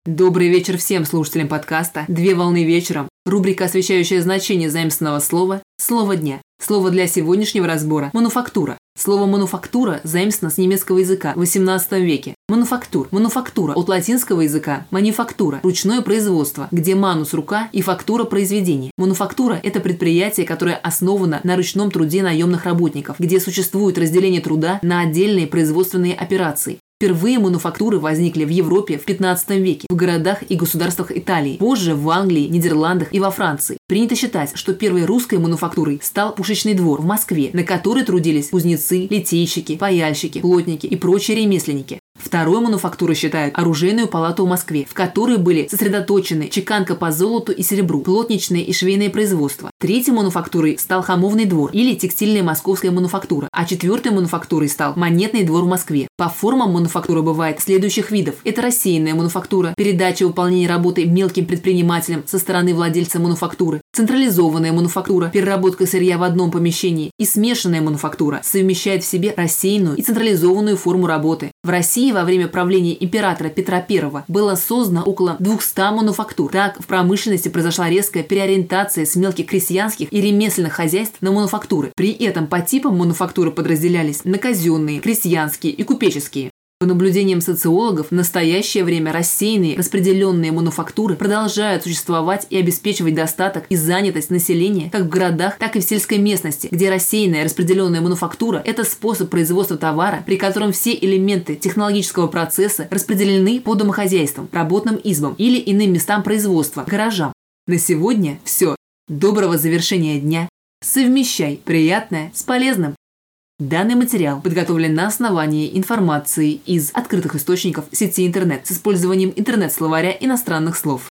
Добрый вечер всем слушателям подкаста «Две волны вечером». Рубрика, освещающая значение заимствованного слова «Слово дня». Слово для сегодняшнего разбора – мануфактура. Слово «мануфактура» заимствовано с немецкого языка в XVIII веке. Мануфактура от латинского языка «манифактура» – ручное производство, где «манус» – рука и «фактура» – произведение. Мануфактура – это предприятие, которое основано на ручном труде наемных работников, где существует разделение труда на отдельные производственные операции. Впервые мануфактуры возникли в Европе в XV веке, в городах и государствах Италии, позже в Англии, Нидерландах и во Франции. Принято считать, что первой русской мануфактурой стал пушечный двор в Москве, на который трудились кузнецы, литейщики, паяльщики, плотники и прочие ремесленники. Второй мануфактурой считают оружейную палату в Москве, в которой были сосредоточены чеканка по золоту и серебру, плотничное и швейное производство. Третьей мануфактурой стал хамовный двор или текстильная московская мануфактура, а четвертой мануфактурой стал монетный двор в Москве. По формам мануфактура бывает следующих видов. Это рассеянная мануфактура, передача выполнения работы мелким предпринимателям со стороны владельца мануфактуры, централизованная мануфактура, переработка сырья в одном помещении и смешанная мануфактура совмещает в себе рассеянную и централизованную форму работы. В России во время правления императора Петра I было создано около 200 мануфактур. Так, в промышленности произошла резкая переориентация с мелких крестьянских и ремесленных хозяйств на мануфактуры. При этом по типам мануфактуры подразделялись на казенные, крестьянские и купеческие. По наблюдениям социологов, в настоящее время рассеянные, распределенные мануфактуры продолжают существовать и обеспечивать достаток и занятость населения как в городах, так и в сельской местности, где рассеянная, распределенная мануфактура – это способ производства товара, при котором все элементы технологического процесса распределены по домохозяйствам, работным избам или иным местам производства, гаражам. На сегодня все. Доброго завершения дня. Совмещай приятное с полезным. Данный материал подготовлен на основании информации из открытых источников сети интернет с использованием интернет-словаря иностранных слов.